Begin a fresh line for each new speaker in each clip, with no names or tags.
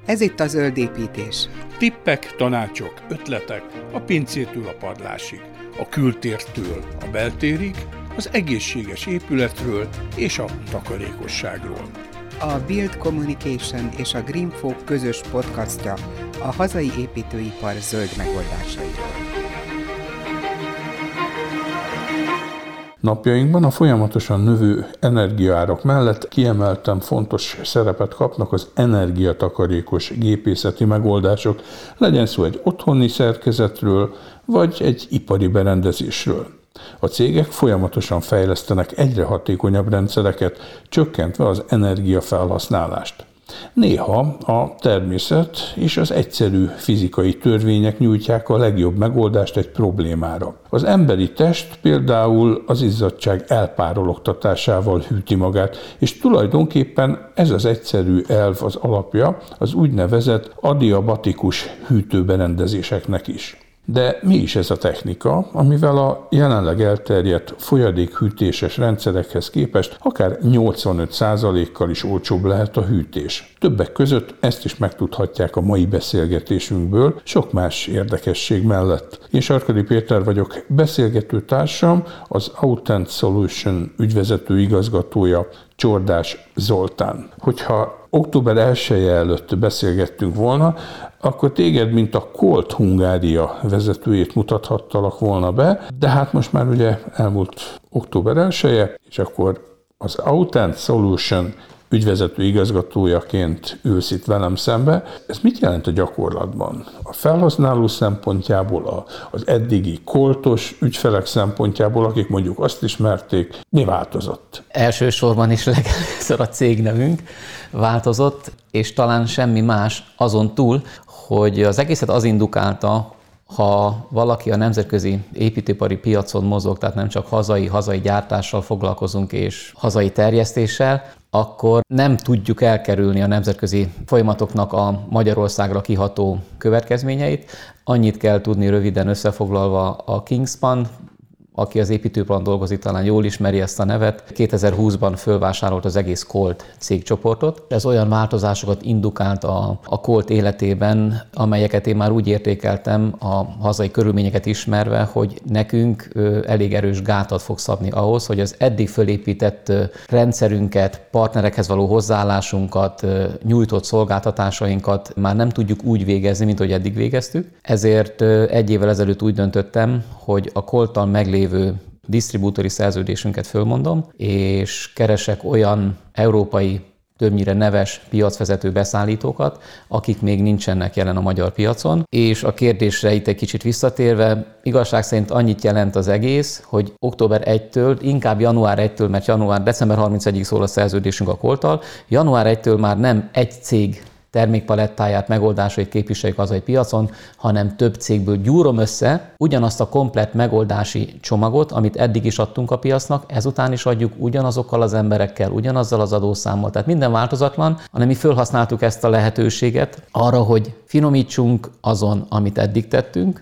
Ez itt a Zöld építés.
Tippek, tanácsok, ötletek a pincétől a padlásig, a kültértől a beltérig, az egészséges épületről és a takarékosságról.
A Build Communication és a Greenfolk közös podcastja a hazai építőipar zöld megoldásairól.
Napjainkban a folyamatosan növő energiaárak mellett kiemelten fontos szerepet kapnak az energiatakarékos gépészeti megoldások, legyen szó egy otthoni szerkezetről, vagy egy ipari berendezésről. A cégek folyamatosan fejlesztenek egyre hatékonyabb rendszereket, csökkentve az energiafelhasználást. Néha a természet és az egyszerű fizikai törvények nyújtják a legjobb megoldást egy problémára. Az emberi test például az izzadtság elpárologtatásával hűti magát, és tulajdonképpen ez az egyszerű elv az alapja az úgynevezett adiabatikus hűtőberendezéseknek is. De mi is ez a technika, amivel a jelenleg elterjedt folyadékhűtéses rendszerekhez képest akár 85%-kal is olcsóbb lehet a hűtés? Többek között ezt is megtudhatják a mai beszélgetésünkből, sok más érdekesség mellett. Én Sarkadi Péter vagyok, beszélgető társam, az Autent Solution ügyvezető igazgatója, Csordás Zoltán. Hogyha október 1-e előtt beszélgettünk volna, akkor téged, mint a Colt Hungária vezetőjét mutathattalak volna be, de hát most már ugye elmúlt október 1-e, és akkor az Autent Solution ügyvezető igazgatójaként ülsz itt velem szembe. Ez mit jelent a gyakorlatban? A felhasználó szempontjából, az eddigi Coltos ügyfelek szempontjából, akik mondjuk azt ismerték, mi változott?
Elsősorban is legelőször a cégnevünk változott, és talán semmi más azon túl, hogy az egészet az indukálta, ha valaki a nemzetközi építőipari piacon mozog, tehát nem csak hazai gyártással foglalkozunk és hazai terjesztéssel, akkor nem tudjuk elkerülni a nemzetközi folyamatoknak a Magyarországra kiható következményeit. Annyit kell tudni röviden összefoglalva, a Kingspan, aki az építőiparban dolgozik, talán jól ismeri ezt a nevet, 2020-ban fölvásárolt az egész Colt cégcsoportot. Ez olyan változásokat indukált a Colt életében, amelyeket én már úgy értékeltem a hazai körülményeket ismerve, hogy nekünk elég erős gátat fog szabni ahhoz, hogy az eddig fölépített rendszerünket, partnerekhez való hozzáállásunkat, nyújtott szolgáltatásainkat már nem tudjuk úgy végezni, mint ahogy eddig végeztük. Ezért egy évvel ezelőtt úgy döntöttem, hogy a Colttal meglévő disztribútori szerződésünket fölmondom, és keresek olyan európai, többnyire neves piacvezető beszállítókat, akik még nincsenek jelen a magyar piacon. És a kérdésre itt egy kicsit visszatérve, igazság szerint annyit jelent az egész, hogy október 1-től, inkább január 1-től, mert december 31-ig szól a szerződésünk a Colttal, január 1-től már nem egy cég termékpalettáját, megoldásait képviseljük hazai piacon, hanem több cégből gyúrom össze ugyanazt a komplett megoldási csomagot, amit eddig is adtunk a piacnak, ezután is adjuk ugyanazokkal az emberekkel, ugyanazzal az adószámmal. Tehát minden változatlan, hanem mi fölhasználtuk ezt a lehetőséget arra, hogy finomítsunk azon, amit eddig tettünk.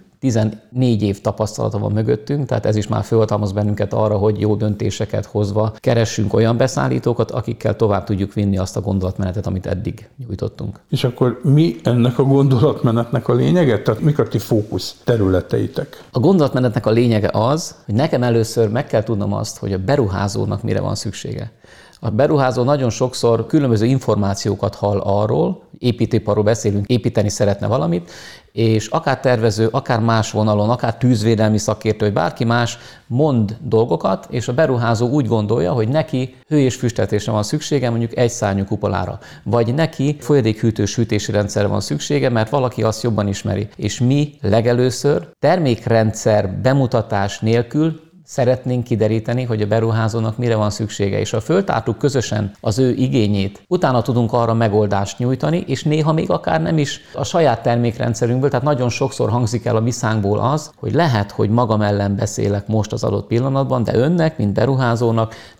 14 év tapasztalata van mögöttünk, tehát ez is már fölhatalmaz bennünket arra, hogy jó döntéseket hozva keressünk olyan beszállítókat, akikkel tovább tudjuk vinni azt a gondolatmenetet, amit eddig nyújtottunk.
És akkor mi ennek a gondolatmenetnek a lényege? Tehát mik a ti fókusz területeitek?
A gondolatmenetnek a lényege az, hogy nekem először meg kell tudnom azt, hogy a beruházónak mire van szüksége. A beruházó nagyon sokszor különböző információkat hall arról, építőiparról beszélünk, építeni szeretne valamit, és akár tervező, akár más vonalon, akár tűzvédelmi szakértő, vagy bárki más mond dolgokat, és a beruházó úgy gondolja, hogy neki hő- és füsteltésre van szüksége, mondjuk egy szárnyú kupolára, vagy neki folyadékhűtős hűtési rendszerre van szüksége, mert valaki azt jobban ismeri. És mi legelőször termékrendszer bemutatás nélkül szeretnénk kideríteni, hogy a beruházónak mire van szüksége, és ha föltártuk közösen az ő igényét, utána tudunk arra megoldást nyújtani, és néha még akár nem is a saját termékrendszerünkből, tehát nagyon sokszor hangzik el a viszánkból az, hogy lehet, hogy magam ellen beszélek most az adott pillanatban, de önnek, mint beruházónak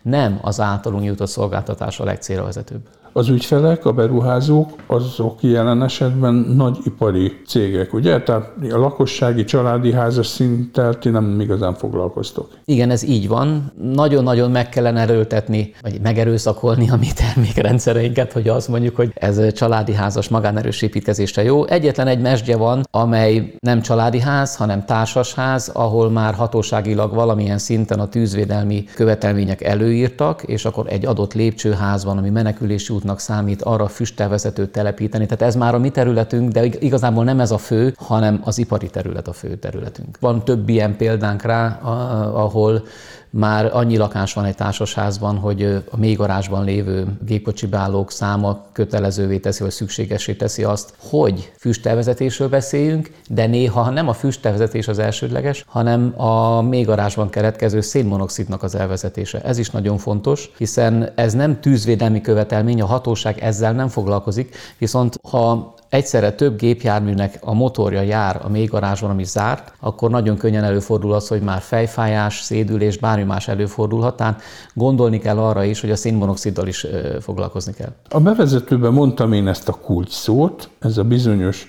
nem az általunk nyújtott szolgáltatás a legcélra vezetőbb.
Az ügyfelek, a beruházók, azok jelen esetben nagy ipari cégek, ugye? Tehát a lakossági, családi házas szinttel ti nem igazán foglalkoztok.
Igen, ez így van. Nagyon-nagyon meg kellene erőltetni, vagy megerőszakolni a mi termékrendszereinket, hogy azt mondjuk, hogy ez családi házas magánerős építkezésre jó. Egyetlen egy mesdje van, amely nem családi ház, hanem társasház, ahol már hatóságilag valamilyen szinten a tűzvédelmi követelmények előírtak, és akkor egy adott lépcsőház van, ami menekülési útnak számít, arra füsttelvezetőt telepíteni. Tehát ez már a mi területünk, de igazából nem ez a fő, hanem az ipari terület a fő területünk. Van több ilyen példánk rá, ahol már annyi lakás van egy társasházban, hogy a mélygarázsban lévő gépkocsi beállók száma kötelezővé teszi, vagy szükségessé teszi azt, hogy füsttelvezetésről beszéljünk, de néha nem a füsttelvezetés az elsődleges, hanem a mélygarázsban keletkező szénmonoxidnak az elvezetése. Ez is nagyon fontos, hiszen ez nem tűzvédelmi követelmény, a hatóság ezzel nem foglalkozik, viszont ha egyszerre több gépjárműnek a motorja jár a mélygarázsban, ami zárt, akkor nagyon könnyen előfordul az, hogy már fejfájás, szédülés, bármi más előfordulhat. Tehát gondolni kell arra is, hogy a szénmonoxiddal is foglalkozni kell.
A bevezetőben mondtam én ezt a kulcs szót, ez a bizonyos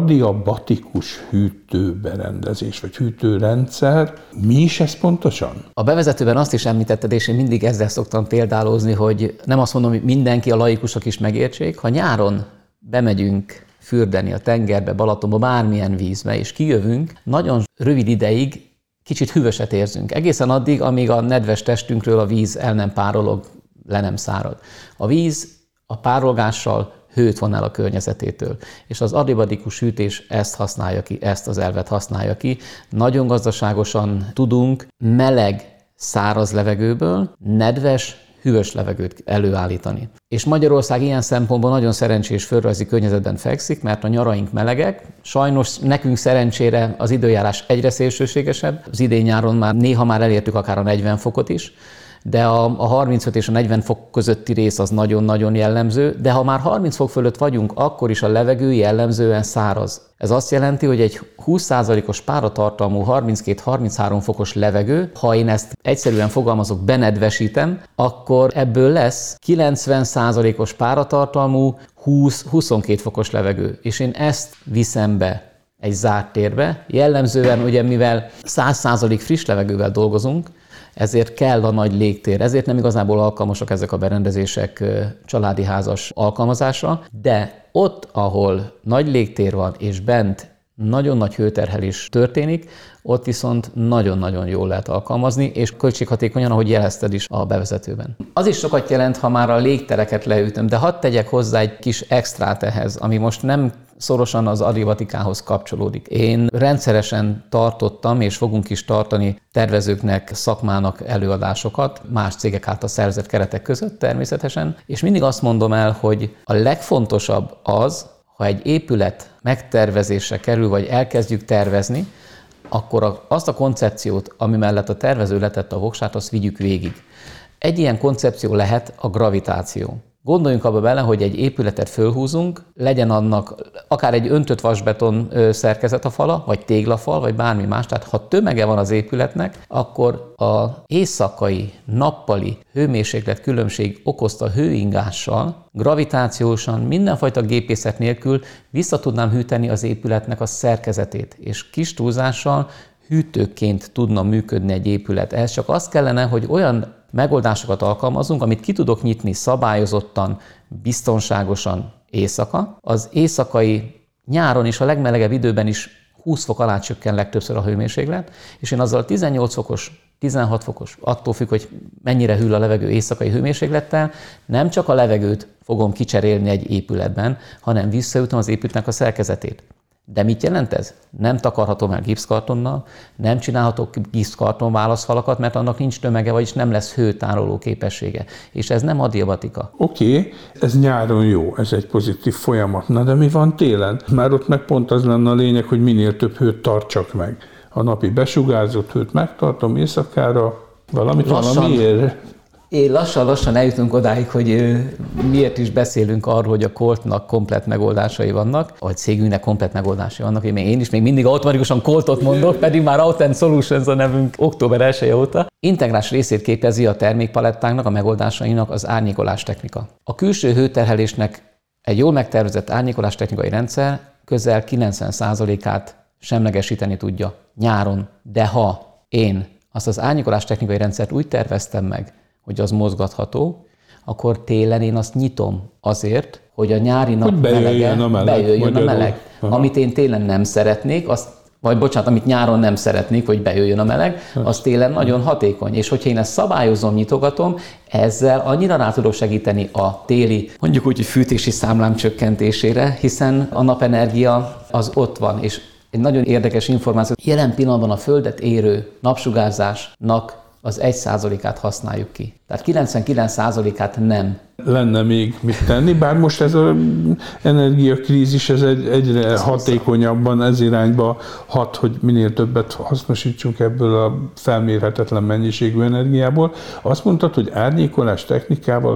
adiabatikus hűtőberendezés, vagy hűtőrendszer. Mi is ez pontosan?
A bevezetőben azt is említetted, és én mindig ezzel szoktam példálózni, hogy nem azt mondom, hogy mindenki, a laikusok is megértsék, ha nyáron bemegyünk fürdeni a tengerbe, Balatonba, bármilyen vízbe, és kijövünk, nagyon rövid ideig kicsit hűvöset érzünk. Egészen addig, amíg a nedves testünkről a víz el nem párolog, le nem szárad. A víz a párolgással hőt von el a környezetétől, és az adiabatikus hűtés ezt használja ki, ezt az elvet használja ki. Nagyon gazdaságosan tudunk meleg, száraz levegőből nedves, hűvös levegőt előállítani. És Magyarország ilyen szempontból nagyon szerencsés földrajzi környezetben fekszik, mert a nyaraink melegek. Sajnos nekünk szerencsére az időjárás egyre szélsőségesebb. Az idén nyáron néha már elértük akár a 40 fokot is, de a 35 és a 40 fok közötti rész az nagyon-nagyon jellemző, de ha már 30 fok fölött vagyunk, akkor is a levegő jellemzően száraz. Ez azt jelenti, hogy egy 20%-os páratartalmú 32-33 fokos levegő, ha én ezt egyszerűen fogalmazok, benedvesítem, akkor ebből lesz 90%-os páratartalmú 20-22 fokos levegő. És én ezt viszem be egy zárt térbe. Jellemzően ugye, mivel 100% friss levegővel dolgozunk, ezért kell a nagy légtér, ezért nem igazából alkalmasak ezek a berendezések családi házas alkalmazásra, de ott, ahol nagy légtér van és bent nagyon nagy hőterhelés történik, ott viszont nagyon-nagyon jól lehet alkalmazni, és költséghatékonyan, ahogy jelezted is a bevezetőben. Az is sokat jelent, ha már a légtereket leütöm, de hadd tegyek hozzá egy kis extrát ehhez, ami most nem szorosan az adiabatikához kapcsolódik. Én rendszeresen tartottam, és fogunk is tartani tervezőknek, szakmának előadásokat, más cégek által szerzett keretek között természetesen, és mindig azt mondom el, hogy a legfontosabb az, ha egy épület megtervezésre kerül, vagy elkezdjük tervezni, akkor azt a koncepciót, ami mellett a tervező letette a voksát, azt vigyük végig. Egy ilyen koncepció lehet a gravitáció. Gondoljunk abba bele, hogy egy épületet fölhúzunk, legyen annak akár egy öntött vasbeton szerkezet a fala, vagy téglafal, vagy bármi más. Tehát ha tömege van az épületnek, akkor az éjszakai, nappali hőmérséklet különbség okozta hőingással, gravitációsan, mindenfajta gépészet nélkül vissza tudnám hűteni az épületnek a szerkezetét, és kis túlzással hűtőként tudna működni egy épület. Ehhez csak az kellene, hogy olyan megoldásokat alkalmazunk, amit ki tudok nyitni szabályozottan, biztonságosan éjszaka. Az éjszakai nyáron is, a legmelegebb időben is 20 fok alá csökken legtöbbször a hőmérséklet, és én azzal 18 fokos, 16 fokos, attól függ, hogy mennyire hűl a levegő éjszakai hőmérséklettel, nem csak a levegőt fogom kicserélni egy épületben, hanem visszaütöm az épületnek a szerkezetét. De mit jelent ez? Nem takarhatom el gipszkartonnal, nem csinálhatok gipszkarton válaszfalakat, mert annak nincs tömege, vagyis nem lesz hőtároló képessége. És ez nem adiabatika.
Oké, ez nyáron jó, ez egy pozitív folyamat. Na de mi van télen? Már ott meg pont az lenne a lényeg, hogy minél több hőt tartsak meg. A napi besugárzott hőt megtartom éjszakára, valamiért.
Én lassan eljutunk odáig, hogy miért is beszélünk arról, hogy a Coltnak komplett megoldásai vannak, vagy cégünknek komplett megoldásai vannak. Én is még mindig automatikusan Coltot mondok, pedig már Autent Solutions a nevünk október 1-je óta. Integrás részét képezi a termékpalettánknak, a megoldásainak az árnyékolás technika. A külső hőterhelésnek egy jól megtervezett árnyékolás technikai rendszer közel 90%-át semlegesíteni tudja nyáron. De ha én azt az árnyékolás technikai rendszert úgy terveztem meg, hogy az mozgatható, akkor télen én azt nyitom azért, hogy a nyári nap bejöjjön a meleg. Amit én télen nem szeretnék, amit nyáron nem szeretnék, hogy bejöjjön a meleg, az télen nagyon hatékony. És hogyha én ezt szabályozom, nyitogatom, ezzel annyira rá tudok segíteni a téli, mondjuk úgy, hogy fűtési számlám csökkentésére, hiszen a napenergia az ott van. És egy nagyon érdekes információ, jelen pillanatban a Földet érő napsugárzásnak az 1%-át használjuk ki. Tehát 99%-át nem. Lenne
még mit tenni, bár most ez az energiakrízis ez egyre hatékonyabban ez irányba hat, hogy minél többet hasznosítsunk ebből a felmérhetetlen mennyiségű energiából. Azt mondtad, hogy árnyékolás technikával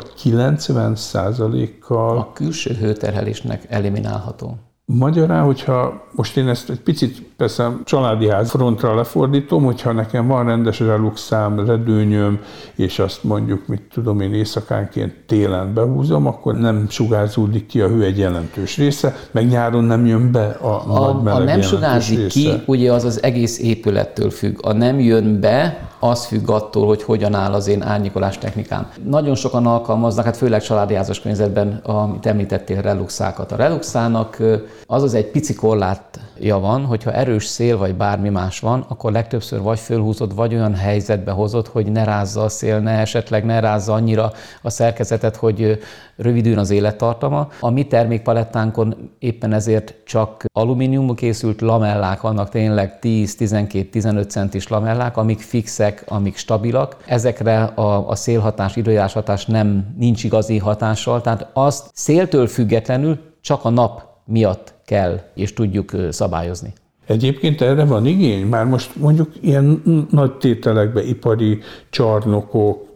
90%-kal...
A külső hőterhelésnek eliminálható.
Magyarán, hogyha most én ezt egy picit persze családi ház frontra lefordítom, hogyha nekem van rendes reluxám, redőnyöm, és azt mondjuk, mit tudom én, éjszakánként télen behúzom, akkor nem sugárzódik ki a hő egy jelentős része, meg nyáron nem jön be a nagy meleg
a nem sugárzik ki, ugye az egész épülettől függ. A nem jön be, az függ attól, hogy hogyan áll az én árnyékolás technikám. Nagyon sokan alkalmaznak, hát főleg családi házas környezetben, amit említettél, reluxákat. A reluxának az egy pici korlátja van, hogyha erős szél vagy bármi más van, akkor legtöbbször vagy fölhúzod, vagy olyan helyzetbe hozod, hogy ne rázza a szél, esetleg ne rázza annyira a szerkezetet, hogy rövidüljön az élettartama. A mi termékpalettánkon éppen ezért csak alumíniumból készült lamellák vannak, tényleg 10-12-15 centis lamellák, amik fixek, amik stabilak. Ezekre a szélhatás, időjáráshatás nincs igazi hatással, tehát azt széltől függetlenül csak a nap miatt kell és tudjuk szabályozni.
Egyébként erre van igény? Már most mondjuk ilyen nagy tételekben ipari csarnokok,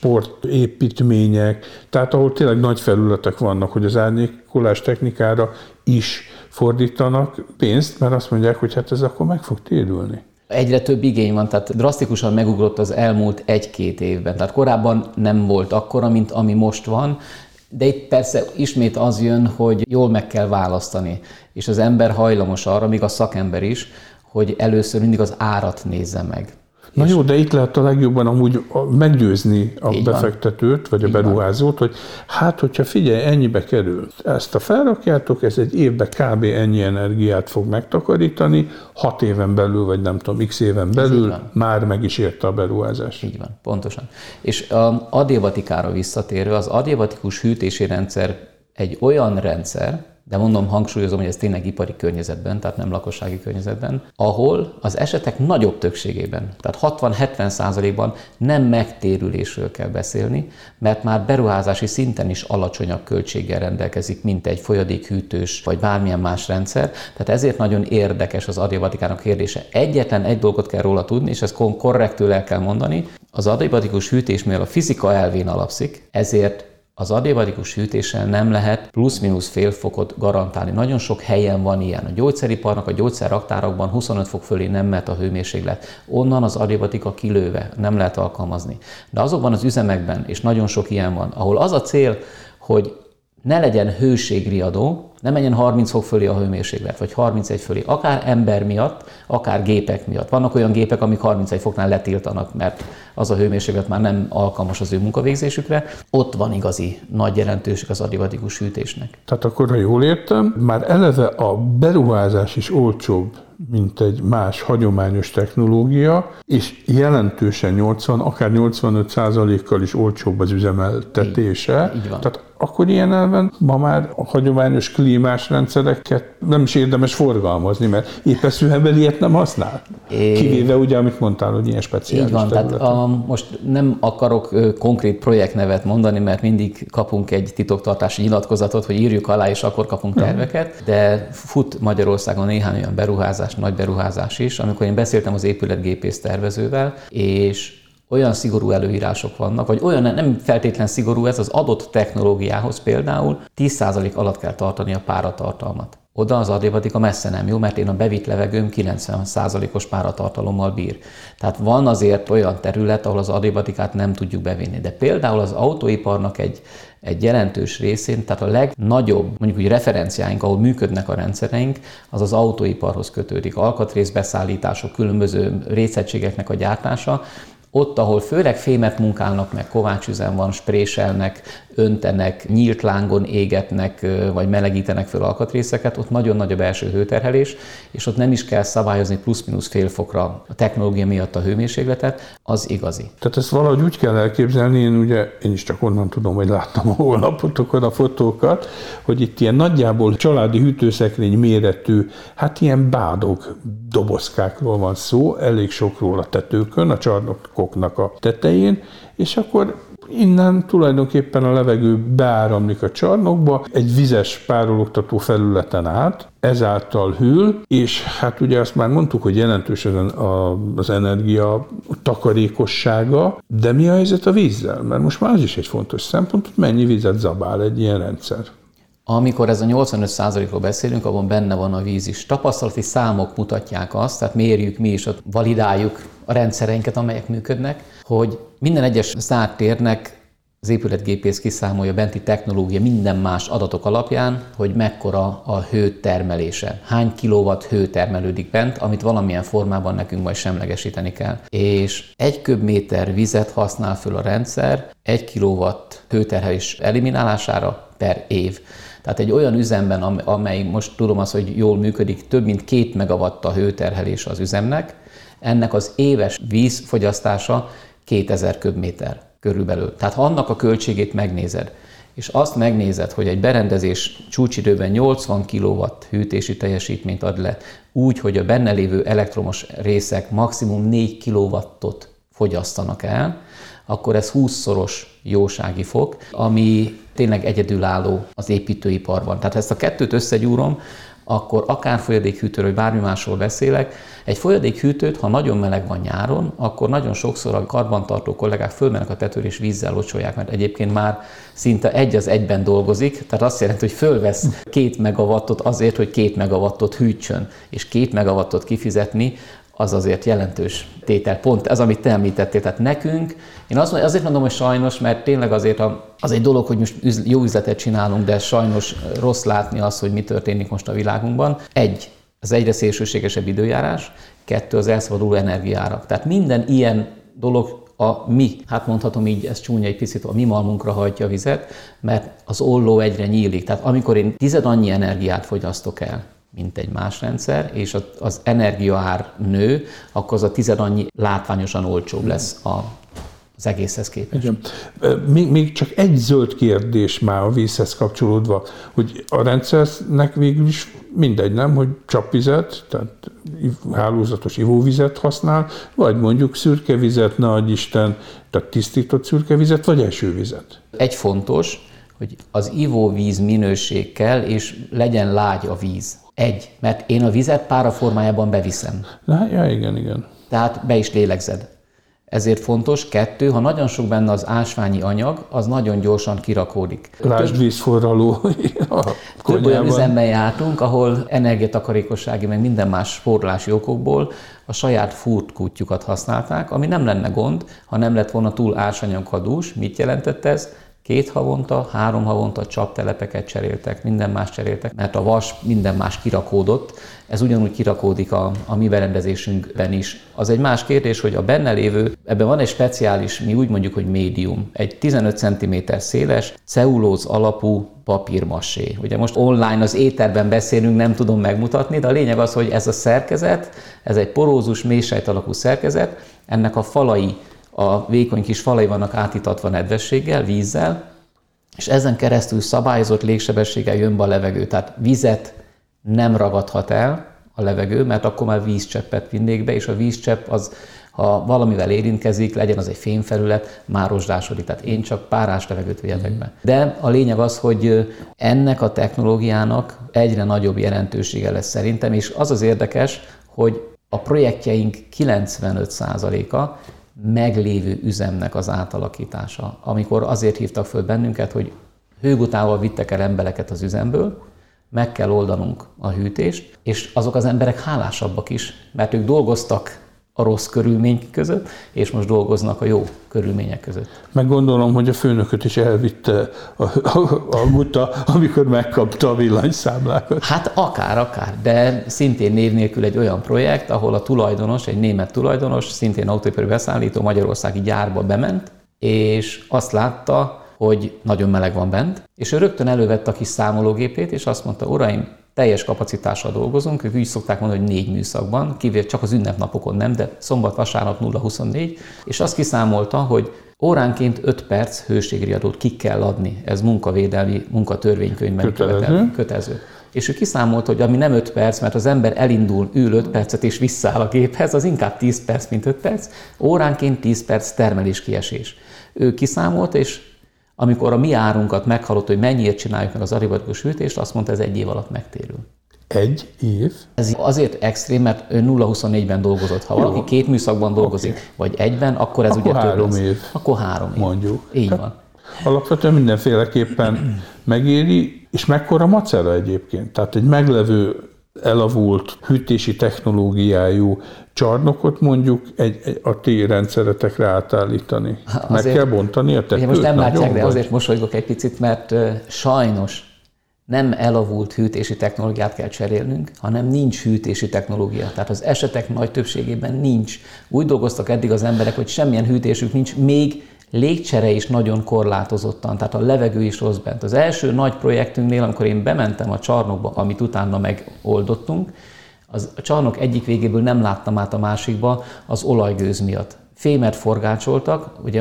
sportépítmények, tehát ahol tényleg nagy felületek vannak, hogy az árnyékolás technikára is fordítanak pénzt, mert azt mondják, hogy hát ez akkor meg fog térülni.
Egyre több igény van, tehát drasztikusan megugrott az elmúlt 1-2 évben. Tehát korábban nem volt akkora, mint ami most van, de itt persze ismét az jön, hogy jól meg kell választani, és az ember hajlamos arra, még a szakember is, hogy először mindig az árat nézze meg.
Na jó, de itt lehet a legjobban amúgy meggyőzni a befektetőt, vagy a beruházót, hogy hát, hogyha figyelj, ennyibe kerül. Ezt a felrakjátok, ez egy évben kb. Ennyi energiát fog megtakarítani, 6 éven belül, vagy nem tudom, x éven belül már meg is érte a beruházás.
Így van, pontosan. És az adiabatikára visszatérve, az adiabatikus hűtési rendszer egy olyan rendszer, de mondom, hangsúlyozom, hogy ez tényleg ipari környezetben, tehát nem lakossági környezetben, ahol az esetek nagyobb többségében, tehát 60-70%-ban nem megtérülésről kell beszélni, mert már beruházási szinten is alacsonyabb költséggel rendelkezik, mint egy folyadékhűtős vagy bármilyen más rendszer. Tehát ezért nagyon érdekes az adiabatikának kérdése. Egyetlen egy dolgot kell róla tudni, és ezt korrektül el kell mondani. Az adiabatikus hűtés, mivel a fizika elvén alapszik, ezért az adiabatikus hűtéssel nem lehet plusz-minusz fél fokot garantálni. Nagyon sok helyen van ilyen. A gyógyszeriparnak, a gyógyszerraktárakban 25 fok fölé nem mehet a hőmérséklet. Onnan az adiabatika kilőve nem lehet alkalmazni. De azokban az üzemekben, és nagyon sok ilyen van, ahol az a cél, hogy ne legyen hőségriadó, ne menjen 30 fok fölé a hőmérséklet, vagy 31 fölé, akár ember miatt, akár gépek miatt. Vannak olyan gépek, amik 31 foknál letiltanak, mert az a hőmérséklet már nem alkalmas az ő munkavégzésükre. Ott van igazi nagy jelentőség az adiabatikus hűtésnek.
Tehát akkor, ha jól értem, már eleve a beruházás is olcsóbb, mint egy más hagyományos technológia, és jelentősen 80, akár 85%-kal is olcsóbb az üzemeltetése.
Így van.
Tehát akkor ilyen elven ma már a hagyományos klímás rendszereket nem is érdemes forgalmazni, mert épeszűember ilyet nem használ. Kivéve ugye, amit mondtál, hogy ilyen speciális
területen. Így van, tehát most nem akarok konkrét projektnevet mondani, mert mindig kapunk egy titoktartási nyilatkozatot, hogy írjuk alá, és akkor kapunk terveket, de fut Magyarországon néhány olyan beruházás, nagy beruházás is, amikor én beszéltem az épületgépész tervezővel, és olyan szigorú előírások vannak, vagy olyan nem feltétlen szigorú, ez az adott technológiához például 10% alatt kell tartani a páratartalmat. oda az adiabatika messze nem jó, mert én a bevitt levegőm 90%-os páratartalommal bír. Tehát van azért olyan terület, ahol az adiabatikát nem tudjuk bevinni. De például az autóiparnak egy jelentős részén, tehát a legnagyobb, mondjuk úgy referenciáink, ahol működnek a rendszereink, az az autóiparhoz kötődik. Alkatrészbeszállítások, különböző részegységeknek a gyártása. Ott, ahol főleg fémet munkálnak, meg kovácsüzem van, spréselnek, öntenek, nyílt lángon égetnek, vagy melegítenek föl alkatrészeket, ott nagyon nagy a belső hőterhelés, és ott nem is kell szabályozni plusz-minusz fél fokra a technológia miatt a hőmérsékletet, az igazi.
Tehát ezt valahogy úgy kell elképzelni, én is csak onnan tudom, hogy láttam a honlapotokon a fotókat, hogy itt ilyen nagyjából családi hűtőszekrény méretű, hát ilyen bádog dobozkákról van szó, elég sokról a tetőkön, a csarnokoknak a tetején, és akkor innen tulajdonképpen a levegő beáramlik a csarnokba, egy vizes párologtató felületen át, ezáltal hűl, és hát ugye azt már mondtuk, hogy jelentős az energia takarékossága, de mi a helyzet a vízzel? Mert most már az is egy fontos szempont, hogy mennyi vizet zabál egy ilyen rendszer.
Amikor ez a 85%-ról beszélünk, abban benne van a víz is. Tapasztalati számok mutatják azt, tehát mérjük mi is, ott validáljuk a rendszereinket, amelyek működnek, hogy minden egyes zárt térnek az épületgépész kiszámolja benti technológia minden más adatok alapján, hogy mekkora a hő termelése. Hány kilowatt hő termelődik bent, amit valamilyen formában nekünk majd semlegesíteni kell. És 1 köbméter vizet használ föl a rendszer 1 kilowatt hőterhelés eliminálására per év. Tehát egy olyan üzemben, amely most tudom azt, hogy jól működik, több mint 2 megawatt a hőterhelés az üzemnek, ennek az éves vízfogyasztása 2000 köbméter körülbelül. Tehát ha annak a költségét megnézed, és azt megnézed, hogy egy berendezés csúcsidőben 80 kW hűtési teljesítményt ad le, úgy, hogy a benne lévő elektromos részek maximum 4 kW-ot fogyasztanak el, akkor ez 20-szoros jósági fok, ami tényleg egyedülálló az építőiparban. Tehát ha ezt a kettőt összegyúrom, akkor akár folyadékhűtőről, vagy bármi másról beszélek, egy folyadékhűtőt, ha nagyon meleg van nyáron, akkor nagyon sokszor a karbantartó kollégák fölmennek a tetőre és vízzel locsolják, mert egyébként már szinte 1:1 dolgozik, tehát azt jelenti, hogy fölvesz 2 megawattot azért, hogy 2 megawattot hűtsön, és 2 megawattot kifizetni, az azért jelentős tétel. Pont ez, amit te említettél. Tehát nekünk, én azért mondom, hogy sajnos, mert tényleg azért az egy dolog, hogy most jó üzletet csinálunk, de sajnos rossz látni azt, hogy mi történik most a világunkban. 1. Az egyre szélsőségesebb időjárás, 2. az elszabaduló energiaárak. Tehát minden ilyen dolog hát mondhatom így, ez csúnya egy picit, a mi malmunkra hajtja a vizet, mert az olló egyre nyílik. Tehát amikor én 10 annyi energiát fogyasztok el, mint egy más rendszer, és az energiaár nő, akkor az a 10 annyi látványosan olcsóbb lesz az egészhez képest.
Igen. Még csak egy zöld kérdés már a vízhez kapcsolódva, hogy a rendszernek végül is mindegy, nem, hogy csapvizet, tehát hálózatos ivóvizet használ, vagy mondjuk szürkevizet, ne adj Isten, tehát tisztított szürkevizet, vagy esővizet.
Egy fontos, hogy az ivóvíz minőség kell, és legyen lágy a víz. 1, mert én a vizet pára formájában beviszem.
Ja, igen.
Tehát be is lélegzed. Ezért fontos. 2, ha nagyon sok benne az ásványi anyag, az nagyon gyorsan kirakódik.
Lásd vízforraló.
Több olyan üzemben jártunk, ahol energiatakarékossági, meg minden más spórolási okokból a saját furtkutyukat használták, ami nem lenne gond, ha nem lett volna túl ásanyagkadús. Mit jelentett ez? 2 havonta, 3 havonta csaptelepeket cseréltek, minden más cseréltek, mert a vas minden más kirakódott. Ez ugyanúgy kirakódik a mi berendezésünkben is. Az egy más kérdés, hogy a benne lévő, ebben van egy speciális, mi úgy mondjuk, hogy médium, egy 15 cm széles, cellulóz alapú papírmassé. Ugye most online az éterben beszélünk, nem tudom megmutatni, de a lényeg az, hogy ez a szerkezet, ez egy porózus, mélysejt alakú szerkezet, ennek a falai, a vékony kis falai vannak átítatva nedvességgel, vízzel, és ezen keresztül szabályozott légsebességgel jön be a levegő. Tehát vizet nem ragadhat el a levegő, mert akkor már vízcseppet vinnék be, és a vízcsepp az, ha valamivel érintkezik, legyen az egy fémfelület, már rozsdásodik. Tehát én csak párás levegőt vihetek be. De a lényeg az, hogy ennek a technológiának egyre nagyobb jelentősége lesz szerintem, és az az érdekes, hogy a projektjeink 95%-a meglévő üzemnek az átalakítása. Amikor azért hívtak föl bennünket, hogy hőgutával vittek el embereket az üzemből, meg kell oldanunk a hűtést, és azok az emberek hálásabbak is, mert ők dolgoztak a rossz körülmény között, és most dolgoznak a jó körülmények között.
Meg gondolom, hogy a főnököt is elvitte a guta, amikor megkapta a villanyszámlákat.
Hát akár, de szintén név nélkül egy olyan projekt, ahol a tulajdonos, egy német tulajdonos, szintén autóipari beszállító magyarországi gyárba bement, és azt látta, hogy nagyon meleg van bent, és ő rögtön elővette a kis számológépét, és azt mondta, uraim, teljes kapacitással dolgozunk, ők úgy szokták mondani, hogy 4 műszakban, kivéve csak az ünnepnapokon nem, de szombat, vasárnap 0-24, és azt kiszámolta, hogy óránként 5 perc hőségriadót ki kell adni. Ez munkavédelmi, munkatörvénykönyvben kötelező. És ő kiszámolta, hogy ami nem 5 perc, mert az ember elindul, ül 5 percet és visszaáll a géphez, az inkább 10 perc, mint 5 perc, óránként 10 perc termeléskiesés. Ő kiszámolt, és amikor a mi árunkat meghallott, hogy mennyiért csináljuk meg az adiabatikus hűtést, azt mondta, ez 1 év alatt megtérül.
1 év?
Ez azért extrém, mert ő 0-24-ben dolgozott. Ha valaki 2 műszakban dolgozik, vagy 1-ben, akkor ez
akkor
ugye több
3
lesz.
év.
Akkor 3 év.
Mondjuk.
Így van.
Alapvetően mindenféleképpen megéri, és mekkora macera egyébként. Tehát egy meglevő, elavult, hűtési technológiájú csarnokot mondjuk a ti rendszeretekre átállítani. Meg kell bontani a tetőt?
Most nem látják, de azért mosolygok egy picit, mert sajnos nem elavult hűtési technológiát kell cserélnünk, hanem nincs hűtési technológia. Tehát az esetek nagy többségében nincs. Úgy dolgoztak eddig az emberek, hogy semmilyen hűtésük nincs, még légcsere is nagyon korlátozottan, tehát a levegő is rossz bent. Az első nagy projektünknél, amikor én bementem a csarnokba, amit utána megoldottunk, a csarnok egyik végéből nem láttam át a másikba az olajgőz miatt. Fémet forgácsoltak, ugye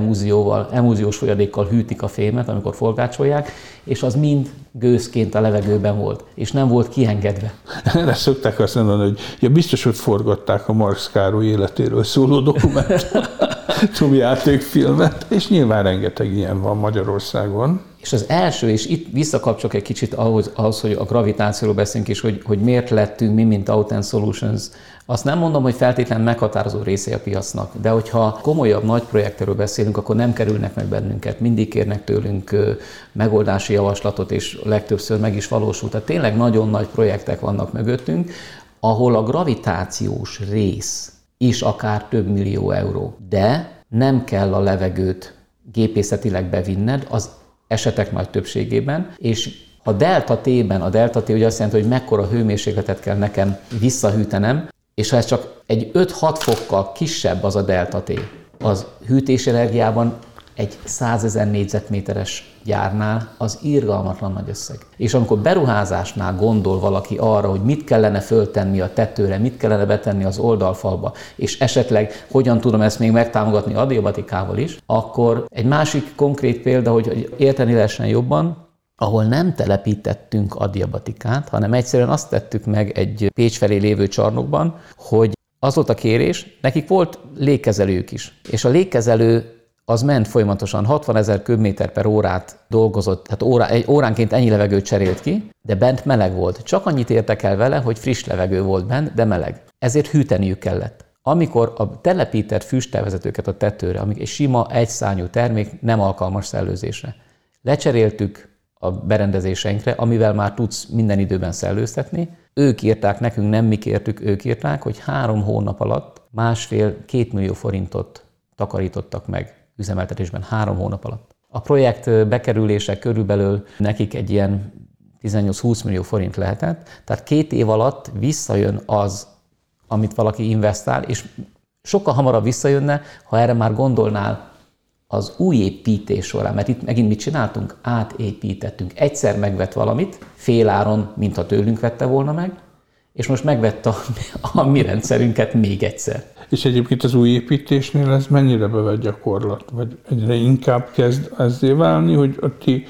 emúziós folyadékkal hűtik a fémet, amikor forgácsolják, és az mind gőzként a levegőben volt, és nem volt kiengedve.
Erre szokták azt mondani, hogy ja, biztos, hogy forgatták a Marx Károly életéről szóló dokumentumjátékfilmet, és nyilván rengeteg ilyen van Magyarországon.
És az első, és itt visszakapcsolok egy kicsit ahhoz, hogy a gravitációról beszélünk, és hogy miért lettünk mi, mint Autent Solutions. Azt nem mondom, hogy feltétlenül meghatározó része a piacnak, de hogyha komolyabb nagy projektről beszélünk, akkor nem kerülnek meg bennünket. Mindig kérnek tőlünk megoldási javaslatot, és legtöbbször meg is valósul. Tehát tényleg nagyon nagy projektek vannak mögöttünk, ahol a gravitációs rész is akár több millió euró. De nem kell a levegőt gépészetileg bevinned az esetek nagy többségében, és a delta T-ben, a delta T ugye azt jelenti, hogy mekkora hőmérsékletet kell nekem visszahűtenem, és ha ez csak egy 5-6 fokkal kisebb az a delta T, az hűtésenergiában egy 100 000 négyzetméteres gyárnál az irgalmatlan nagy összeg. És amikor beruházásnál gondol valaki arra, hogy mit kellene föltenni a tetőre, mit kellene betenni az oldalfalba, és esetleg hogyan tudom ezt még megtámogatni adiabatikával is, akkor egy másik konkrét példa, hogy érteni lehessen jobban, ahol nem telepítettünk adiabatikát, hanem egyszerűen azt tettük meg egy Pécs felé lévő csarnokban, hogy az volt a kérés, nekik volt légkezelőjük is, és a légkezelő az ment folyamatosan, 60 000 köbméter per órát dolgozott, tehát óránként ennyi levegőt cserélt ki, de bent meleg volt. Csak annyit értek el vele, hogy friss levegő volt bent, de meleg. Ezért hűteniük kellett. Amikor a telepített füsttelvezetőket a tetőre, amik egy sima, egyszárnyú termék, nem alkalmas szellőzésre, lecseréltük a berendezéseinkre, amivel már tudsz minden időben szellőztetni. Ők írták nekünk, nem mi kértük, ők írták, hogy 3 hónap alatt 1,5-2 millió forintot takarítottak meg üzemeltetésben 3 hónap alatt. A projekt bekerülése körülbelül nekik egy ilyen 18-20 millió forint lehetett, tehát 2 év alatt visszajön az, amit valaki investál, és sokkal hamarabb visszajönne, ha erre már gondolnál az új építés során, mert itt megint mit csináltunk? Átépítettünk. Egyszer megvett valamit, féláron, mintha tőlünk vette volna meg, és most megvette a mi rendszerünket még egyszer.
És egyébként az új építésnél ez mennyire bevett gyakorlat? Vagy egyre inkább kezd ezzé válni, hogy a ti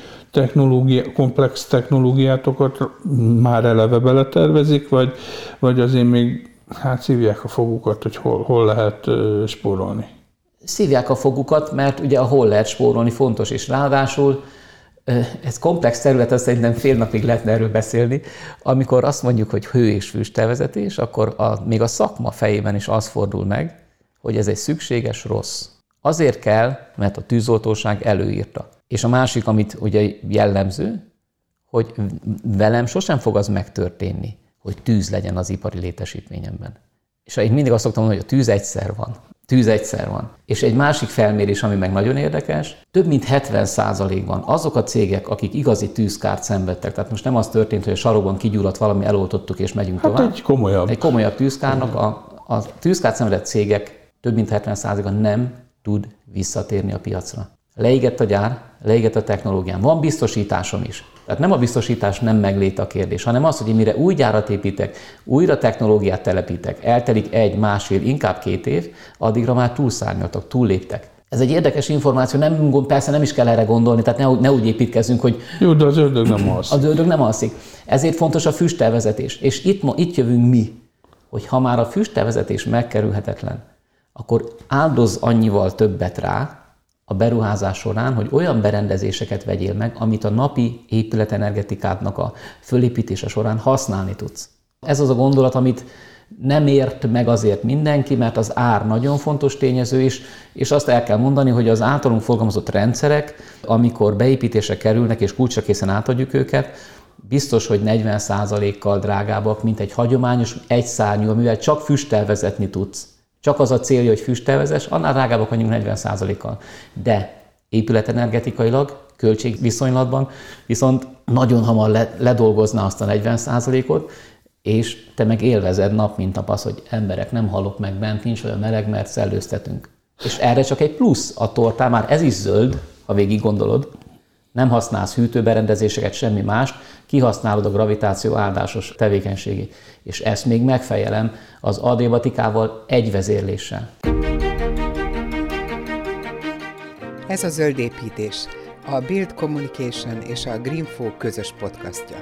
komplex technológiátokat már eleve beletervezik, vagy azért még szívják a fogukat, hogy hol lehet spórolni?
Szívják a fogukat, mert ugye a hol lehet spórolni fontos, és ráadásul ez komplex terület, azt szerintem fél napig lehetne erről beszélni. Amikor azt mondjuk, hogy hő- és füsttelvezetés, akkor még a szakma fejében is az fordul meg, hogy ez egy szükséges rossz. Azért kell, mert a tűzoltóság előírta. És a másik, amit ugye jellemző, hogy velem sosem fog az megtörténni, hogy tűz legyen az ipari létesítményemben. És én mindig azt szoktam mondani, hogy a tűz egyszer van. Tűz egyszer van. És egy másik felmérés, ami meg nagyon érdekes, több mint 70%-ban azok a cégek, akik igazi tűzkárt szenvedtek, tehát most nem az történt, hogy a sarokban kigyulladt valami, eloltottuk és megyünk tovább. Egy komolyabb tűzkárnak a tűzkárt szenvedett cégek több mint 70%-a nem tud visszatérni a piacra. Leégett a gyár, leégett a technológiám. Van biztosításom is. Tehát nem a biztosítás nem megléte a kérdés, hanem az, hogy én mire új gyárat építek, újra technológiát telepítek, eltelik 1, másfél, inkább 2 év, addigra már túlszárnyaltak, túlléptek. Ez egy érdekes információ, persze nem is kell erre gondolni, tehát ne úgy építkezzünk, hogy...
Jó, de az ördög nem alszik.
Az ördög nem alszik. Ezért fontos a füstelvezetés. És itt jövünk mi, hogy ha már a füstelvezetés megkerülhetetlen, akkor áldoz annyival többet rá, a beruházás során, hogy olyan berendezéseket vegyél meg, amit a napi épületenergetikádnak a fölépítése során használni tudsz. Ez az a gondolat, amit nem ért meg azért mindenki, mert az ár nagyon fontos tényező is, és azt el kell mondani, hogy az általunk forgalmazott rendszerek, amikor beépítésre kerülnek és kulcsra készen átadjuk őket, biztos, hogy 40%-kal drágábbak, mint egy hagyományos egyszárnyú, amivel csak füsttel vezetni tudsz. Csak az a célja, hogy füstelvezes, annál drágábbak vagyunk 40%-kal. De épületenergetikailag, költségviszonylatban viszont nagyon hamar ledolgozná azt a 40%-ot, és te meg élvezed nap mint nap az, hogy emberek, nem halok meg bent, nincs olyan meleg, mert szellőztetünk. És erre csak egy plusz a tortán, már ez is zöld, ha végig gondolod, nem használsz hűtőberendezéseket, semmi mást, kihasználod a gravitáció áldásos tevékenységét. És ezt még megfejelem az adébatikával egy vezérléssel.
Ez a Zöld Építés, a Build Communication és a Greenfo közös podcastja.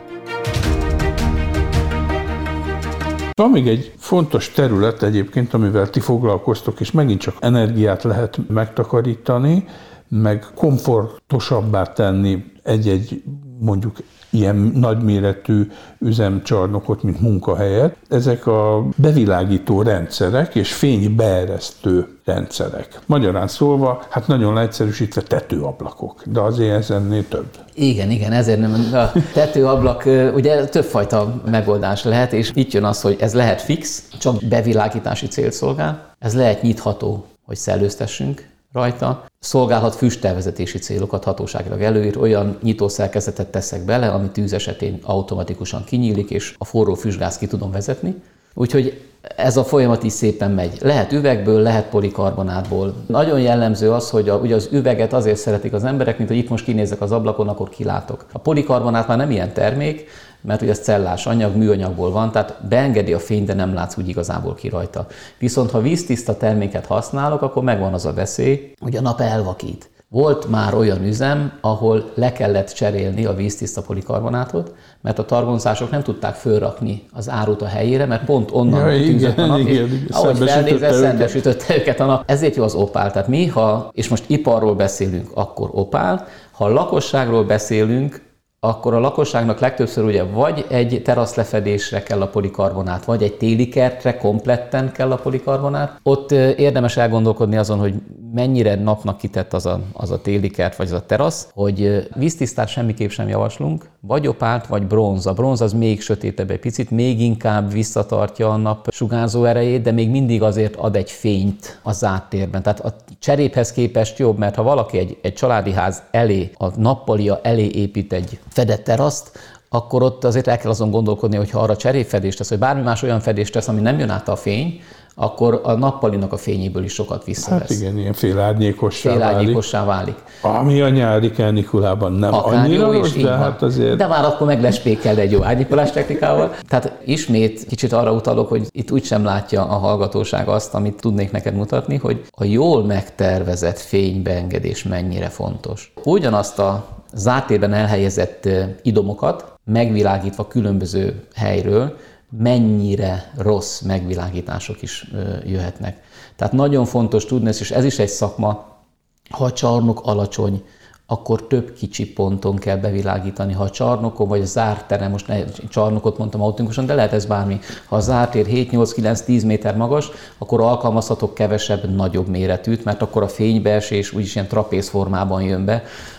Van még egy fontos terület egyébként, amivel ti foglalkoztok, és megint csak energiát lehet megtakarítani, meg komfortosabbá tenni egy mondjuk ilyen nagyméretű üzemcsarnokot, mint munkahelyet. Ezek a bevilágító rendszerek és fénybeeresztő rendszerek. Magyarán szólva, hát nagyon leegyszerűsítve tetőablakok, de azért ez ennél több.
Igen, ezért nem. A tetőablak ugye többfajta megoldás lehet, és itt jön az, hogy ez lehet fix, csak bevilágítási célt szolgál, ez lehet nyitható, hogy szellőztessünk rajta, szolgálhat füstelvezetési célokat, hatóságilag előír, olyan nyitószerkezetet teszek bele, ami tűz esetén automatikusan kinyílik, és a forró füstgáz ki tudom vezetni. Úgyhogy ez a folyamat is szépen megy. Lehet üvegből, lehet polikarbonátból. Nagyon jellemző az, hogy ugye az üveget azért szeretik az emberek, mint hogy itt most kinézek az ablakon, akkor kilátok. A polikarbonát már nem ilyen termék, mert ugye ez cellás anyag, műanyagból van, tehát beengedi a fényt, de nem látsz úgy igazából ki rajta. Viszont ha víztiszta terméket használok, akkor megvan az a veszély, hogy a nap elvakít. Volt már olyan üzem, ahol le kellett cserélni a víztiszta polikarbonátot, mert a targoncások nem tudták fölrakni az árut a helyére, mert pont onnan tűzött a nap, és ahogy felnézett, szembesütötte őket a nap. Ezért jó az opál. Tehát mi, és most iparról beszélünk, akkor opál, ha lakosságról beszélünk, akkor a lakosságnak legtöbbször ugye vagy egy teraszlefedésre kell a polikarbonát, vagy egy téli kertre kompletten kell a polikarbonát. Ott érdemes elgondolkodni azon, hogy mennyire napnak kitett az a téli kert, vagy az a terasz, hogy víztisztát semmiképp sem javaslunk, vagy opált, vagy bronz. A bronz az még sötétebb egy picit, még inkább visszatartja a nap sugárzó erejét, de még mindig azért ad egy fényt a záttérben. Tehát a cseréphez képest jobb, mert ha valaki egy családi ház elé, a nappalia elé épít egy fedett teraszt, akkor ott azért el kell azon gondolkodni, hogy ha arra cserépfedést tesz, vagy bármi más olyan fedést tesz, ami nem jön át a fény, akkor a nappalinak a fényéből is sokat visszavesz.
Hát igen, ilyen félárnyékossá válik. Ami a nyári kánikulában nem akár annyira rossz, de hát azért...
De már akkor meglespékeled egy jó árnyékolás technikával. Tehát ismét kicsit arra utalok, hogy itt úgysem látja a hallgatóság azt, amit tudnék neked mutatni, hogy a jól megtervezett fénybeengedés mennyire fontos. Ugyanazt a zártérben elhelyezett idomokat megvilágítva különböző helyről, mennyire rossz megvilágítások is jöhetnek. Tehát nagyon fontos tudni, és ez is egy szakma, ha a csarnok alacsony, akkor több kicsi ponton kell bevilágítani. Ha a csarnokon vagy a zárt terem, most csarnokot mondtam automatikusan, de lehet ez bármi. Ha a zárt tér 7-8-9-10 méter magas, akkor alkalmazhatok kevesebb, nagyobb méretűt, mert akkor a fénybeesés úgyis ilyen trapéz formában jön be,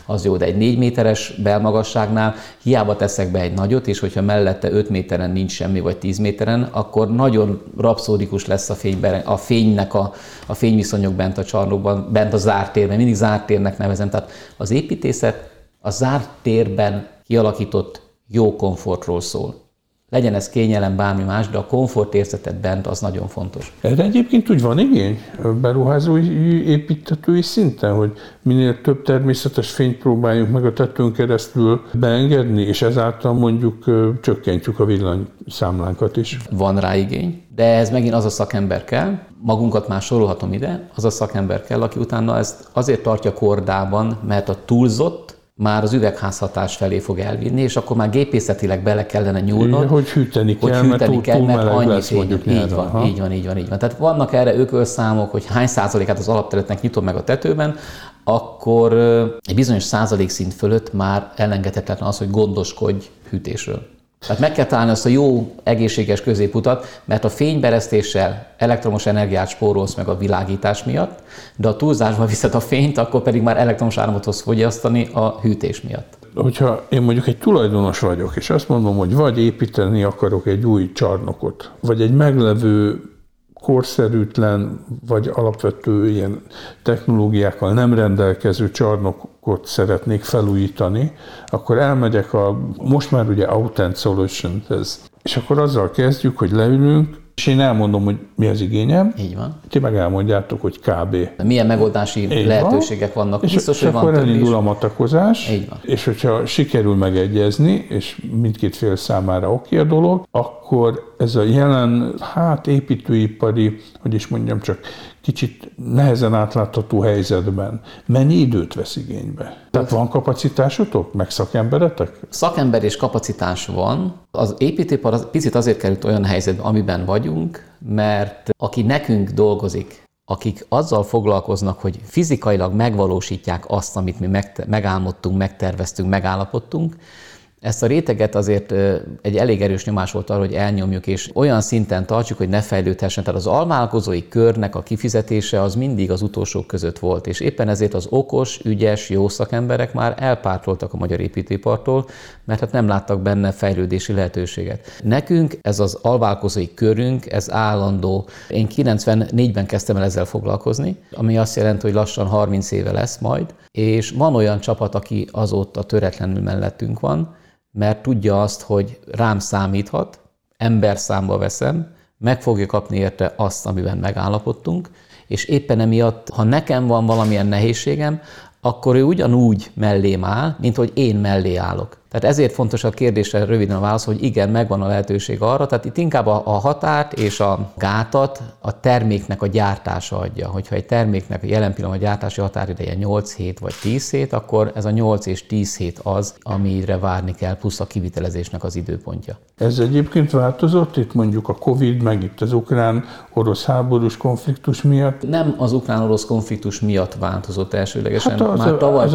az jó, de egy 4 méteres belmagasságnál hiába teszek be egy nagyot, és hogyha mellette 5 méteren nincs semmi, vagy 10 méteren, akkor nagyon rapszódikus lesz a fénynek a fényviszonyok bent a csarnokban, bent a zárt térben, mindig zárt térnek nevezem. Tehát az építészet a zárt térben kialakított jó komfortról szól. Legyen ez kényelem, bármi más, de a komfortérzetet bent az nagyon fontos.
Erre egyébként úgy van igény beruházói, építetői szinten, hogy minél több természetes fényt próbáljunk meg a tetőn keresztül beengedni, és ezáltal mondjuk csökkentjük a villanyszámlánkat is.
Van rá igény, de ez megint az a szakember kell, magunkat már sorolhatom ide, az a szakember kell, aki utána ezt azért tartja kordában, mert a túlzott már az üvegházhatás felé fog elvinni, és akkor már gépészetileg bele kellene nyúlnod.
Hogy hűteni kell, mert annyi
lesz mondjuk nyáron. Így van. Tehát vannak erre ökölszámok, hogy hány százalékát az alapterületnek nyitom meg a tetőben, akkor egy bizonyos százalékszint fölött már elengedhetetlen az, hogy gondoskodj hűtésről. Tehát meg kell találni azt a jó, egészséges középutat, mert a fényberesztéssel elektromos energiát spórolsz meg a világítás miatt, de a túlzásba viszed a fényt, akkor pedig már elektromos áramot fogsz fogyasztani a hűtés miatt.
Hogyha én mondjuk egy tulajdonos vagyok, és azt mondom, hogy vagy építeni akarok egy új csarnokot, vagy egy meglevő korszerűtlen, vagy alapvető ilyen technológiákkal nem rendelkező csarnokot szeretnék felújítani, akkor elmegyek most már ugye Autent Solutions-hez. És akkor azzal kezdjük, hogy leülünk, és én elmondom, hogy mi az igényem.
Így van.
Ti meg elmondjátok, hogy kb.
Milyen megoldási lehetőségek vannak.
És
biztos, hogy
akkor elindul a matakozás,
Így van.
És hogyha sikerül megegyezni, és mindkét fél számára oké a dolog, akkor ez a jelen, építőipari, hogy is mondjam, csak kicsit nehezen átlátható helyzetben mennyi időt vesz igénybe? Tehát van kapacitásotok, meg szakemberetek?
Szakember és kapacitás van. Az építőipar picit azért került olyan helyzetbe, amiben vagyunk, mert aki nekünk dolgozik, akik azzal foglalkoznak, hogy fizikailag megvalósítják azt, amit mi megálmodtunk, megterveztünk, megállapodtunk, ezt a réteget azért egy elég erős nyomás volt arra, hogy elnyomjuk, és olyan szinten tartsuk, hogy ne fejlődhessen. Tehát az alvállalkozói körnek a kifizetése az mindig az utolsók között volt, és éppen ezért az okos, ügyes, jó szakemberek már elpártoltak a magyar építőipartól, mert hát nem láttak benne fejlődési lehetőséget. Nekünk ez az alvállalkozói körünk, ez állandó. Én 94-ben kezdtem el ezzel foglalkozni, ami azt jelenti, hogy lassan 30 éve lesz majd, és van olyan csapat, aki azóta töretlenül mellettünk van, mert tudja azt, hogy rám számíthat, emberszámba veszem, meg fogja kapni érte azt, amiben megállapodtunk, és éppen emiatt, ha nekem van valamilyen nehézségem, akkor ő ugyanúgy mellém áll, mint hogy én mellé állok. Tehát ezért fontos a kérdésre röviden a válasz, hogy igen, megvan a lehetőség arra, tehát itt inkább a határt és a gátat a terméknek a gyártása adja. Hogyha egy terméknek a jelen pillanatban a gyártási határideje 8 hét vagy 10 hét, akkor ez a 8 és 10 hét az, amire várni kell, plusz a kivitelezésnek az időpontja. Ez
egyébként változott itt mondjuk a Covid, meg itt az ukrán-orosz háborús konfliktus miatt?
Nem az ukrán-orosz konfliktus miatt változott elsőlegesen.
Hát már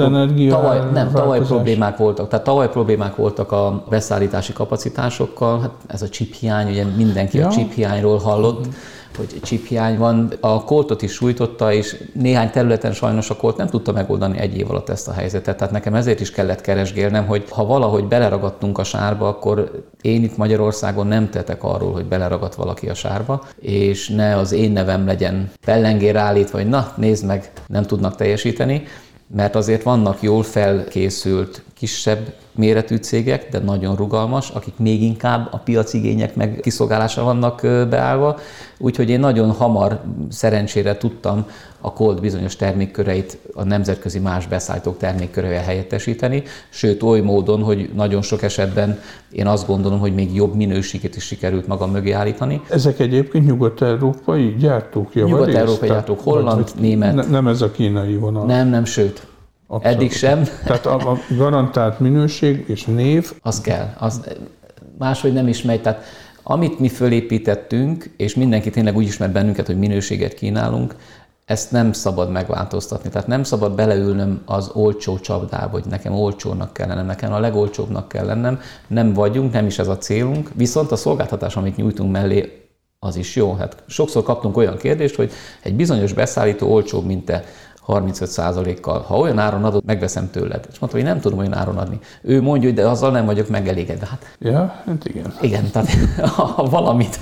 tavaly
problémák voltak. Tehát tavaly problémák voltak a beszállítási kapacitásokkal. Hát ez a chiphiány, ugye mindenki a chiphiányról hallott, hogy chiphiány van. A Coltot is sújtotta, és néhány területen sajnos a Colt nem tudta megoldani egy év alatt ezt a helyzetet. Tehát nekem ezért is kellett keresgélnem, hogy ha valahogy beleragadtunk a sárba, akkor én itt Magyarországon nem tettek arról, hogy beleragadt valaki a sárba, és ne az én nevem legyen pellengére állítva, hogy na, nézd meg, nem tudnak teljesíteni, mert azért vannak jól felkészült, kisebb méretű cégek, de nagyon rugalmas, akik még inkább a piacigények meg kiszolgálásra vannak beállva. Úgyhogy én nagyon hamar, szerencsére tudtam a Colt bizonyos termékköreit a nemzetközi más beszállítók termékköreivel helyettesíteni, sőt oly módon, hogy nagyon sok esetben én azt gondolom, hogy még jobb minőséget is sikerült magam mögé állítani.
Ezek egyébként nyugat-európai gyártók javarészt?
Nyugat-európai gyártók, holland, német.
Nem ez a kínai vonal?
Nem, sőt. Abszolút. Eddig sem.
Tehát a garantált minőség és név?
Az kell. Máshogy nem is megy. Tehát amit mi fölépítettünk, és mindenki tényleg úgy ismer bennünket, hogy minőséget kínálunk, ezt nem szabad megváltoztatni. Tehát nem szabad beleülnöm az olcsó csapdába, hogy nekem olcsónak kell lennem, nekem a legolcsóbbnak kell lennem. Nem vagyunk, nem is ez a célunk. Viszont a szolgáltatás, amit nyújtunk mellé, az is jó. Hát sokszor kaptunk olyan kérdést, hogy egy bizonyos beszállító olcsóbb, mint te. 35%-kal. Ha olyan áron adod, megveszem tőled. És mondtam, hogy nem tudom olyan áron adni. Ő mondja, hogy de azzal nem vagyok megelégedve.
Hát igen.
Igen, tehát valamiért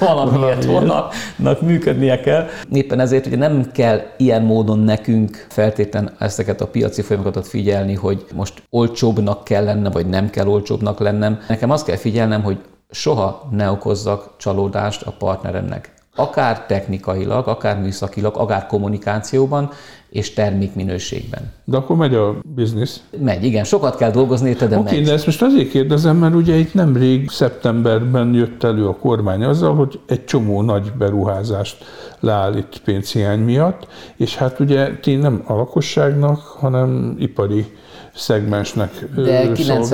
vannak működnie kell. Éppen ezért ugye nem kell ilyen módon nekünk feltétlen ezeket a piaci folyamatokat figyelni, hogy most olcsóbbnak kell lennem, vagy nem kell olcsóbbnak lennem. Nekem azt kell figyelnem, hogy soha ne okozzak csalódást a partneremnek. Akár technikailag, akár műszakilag, akár kommunikációban és termékminőségben.
De akkor megy a biznisz?
Megy, igen. Sokat kell dolgozni érte, de megy.
De ezt most azért kérdezem, mert ugye itt nemrég szeptemberben jött elő a kormány azzal, hogy egy csomó nagy beruházást leállít pénzhiány miatt, és hát ugye ti nem a lakosságnak, hanem ipari szegmensnek
de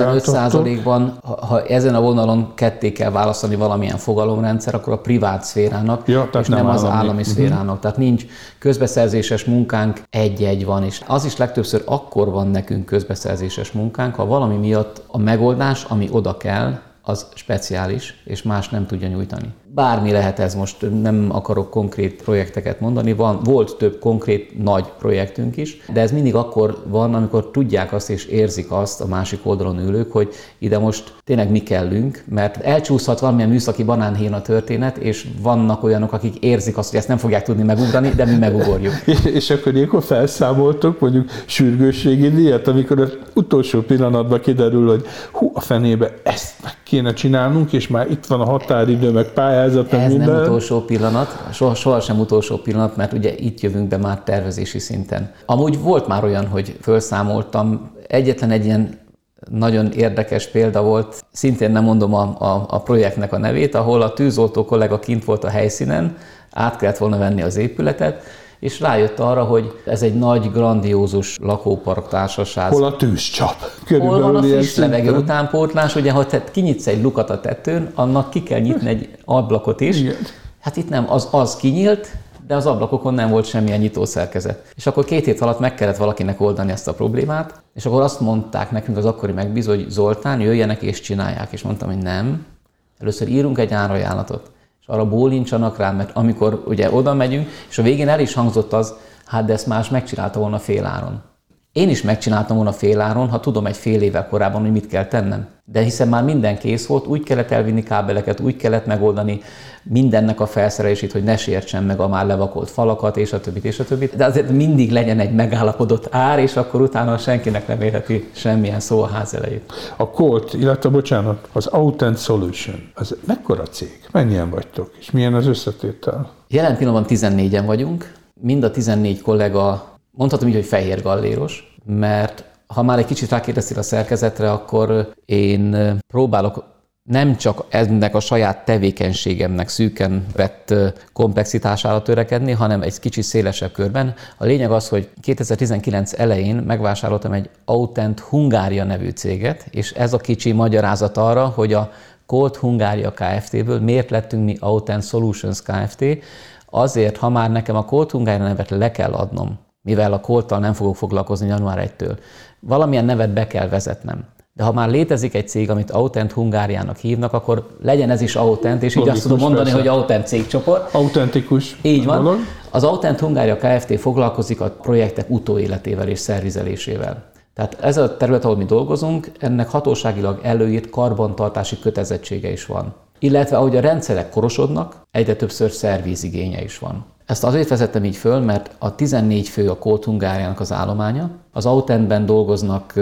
95%-ban, ha ezen a vonalon ketté kell választani valamilyen fogalomrendszer, akkor a privát szférának, és nem az állami szférának. Tehát nincs közbeszerzéses munkánk, egy-egy van, és az is legtöbbször akkor van nekünk közbeszerzéses munkánk, ha valami miatt a megoldás, ami oda kell, az speciális, és más nem tudja nyújtani. Bármi lehet ez, most nem akarok konkrét projekteket mondani, volt több konkrét nagy projektünk is, de ez mindig akkor van, amikor tudják azt és érzik azt a másik oldalon ülők, hogy ide most tényleg mi kellünk, mert elcsúszhat valamilyen műszaki banánhén a történet, és vannak olyanok, akik érzik azt, hogy ezt nem fogják tudni megugrani, de mi megugorjuk.
És akkor ilyenkor felszámoltok mondjuk sürgősségi díjat, amikor az utolsó pillanatban kiderül, hogy a fenébe ezt meg kéne csinálnunk, és már itt van a határidő, meg pályázat, meg minden.
Ez nem utolsó pillanat, sohasem utolsó pillanat, mert ugye itt jövünk be már tervezési szinten. Amúgy volt már olyan, hogy felszámoltam, egyetlen egy ilyen nagyon érdekes példa volt, szintén nem mondom a projektnek a nevét, ahol a tűzoltó kollega kint volt a helyszínen, át kellett volna venni az épületet, és rájött arra, hogy ez egy nagy, grandiózus lakópark társaság.
Hol a tűzcsap?
Hol van a friss levegő utánpótlás? Ugye, ha te kinyitsz egy lukat a tetőn, annak ki kell nyitni egy ablakot is.
Igen.
Hát itt nem, az kinyílt, de az ablakokon nem volt semmilyen nyitószerkezet. És akkor 2 hét alatt meg kellett valakinek oldani ezt a problémát, és akkor azt mondták nekünk az akkori megbízó, hogy Zoltán, jöjjenek és csinálják. És mondtam, hogy nem, először írunk egy árajánlatot. És arra bólincsanak rá, mert amikor ugye oda megyünk, és a végén el is hangzott az, hát de ezt más megcsinálta volna féláron. Én is megcsináltam volna féláron, ha tudom egy fél évvel korábban, hogy mit kell tennem. De hiszen már minden kész volt, úgy kellett elvinni kábeleket, úgy kellett megoldani mindennek a felszerelését, hogy ne sértsen meg a már levakolt falakat, és a többit, és a többit. De azért mindig legyen egy megállapodott ár, és akkor utána senkinek nem érheti semmilyen szó a ház elejét.
A Colt, illetve bocsánat, az Autent Solution, az mekkora cég? Mennyien vagytok? És milyen az összetétel?
Jelen pillanatban 14-en vagyunk. Mind a 14 kollega, mondhatom így, hogy fehér galléros, mert ha már egy kicsit rákérdeztél a szerkezetre, akkor én próbálok nem csak ennek a saját tevékenységemnek szűken vett komplexitására törekedni, hanem egy kicsit szélesebb körben. A lényeg az, hogy 2019 elején megvásároltam egy Autent Hungária nevű céget, és ez a kicsi magyarázat arra, hogy a Colt Hungária Kft-ből miért lettünk mi Autent Solutions Kft. Azért, ha már nekem a Colt Hungária nevet le kell adnom, mivel a Colttal nem fogok foglalkozni január 1-től, valamilyen nevet be kell vezetnem. De ha már létezik egy cég, amit Autent Hungáriának hívnak, akkor legyen ez is Autent, és így azt tudom mondani, persze, hogy Autent cégcsoport.
Autentikus.
Így van. Dolog. Az Autent Hungária Kft. Foglalkozik a projektek utóéletével és szervizelésével. Tehát ez a terület, ahol mi dolgozunk, ennek hatóságilag előírt karbantartási kötelezettsége is van. Illetve ahogy a rendszerek korosodnak, egyre többször szervízigénye is van. Ezt azért vezettem így föl, mert a 14 fő a Colt Hungáriának az állománya, az Autentben dolgoznak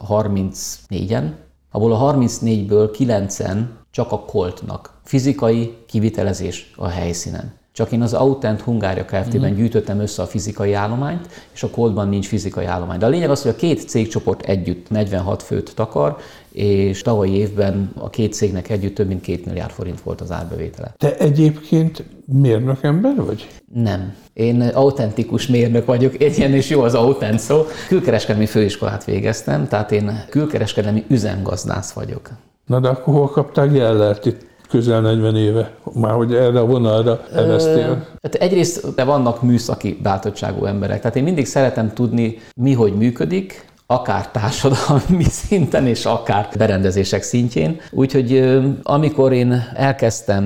34-en, abból a 34-ből 9-en csak a Coltnak. Fizikai kivitelezés a helyszínen. Csak én az Autent Hungária Kft-ben gyűjtöttem össze a fizikai állományt, és a Coltban nincs fizikai állomány. De a lényeg az, hogy a 2 cégcsoport együtt 46 főt takar, és tavalyi évben a 2 cégnek együtt több mint 2 milliárd forint volt az árbevétele.
Te egyébként mérnök ember vagy?
Nem. Én autentikus mérnök vagyok, ilyen is jó az autent szó. Külkereskedelmi főiskolát végeztem, tehát én külkereskedelmi üzemgazdász vagyok.
Na de akkor hol kaptál Gellert itt közel 40 éve? Már hogy erre a vonalra eresztél?
Hát egyrészt vannak műszaki beállítottságú emberek, tehát én mindig szeretem tudni, mi hogy működik, akár társadalmi szinten és akár berendezések szintjén. Úgyhogy amikor én elkezdtem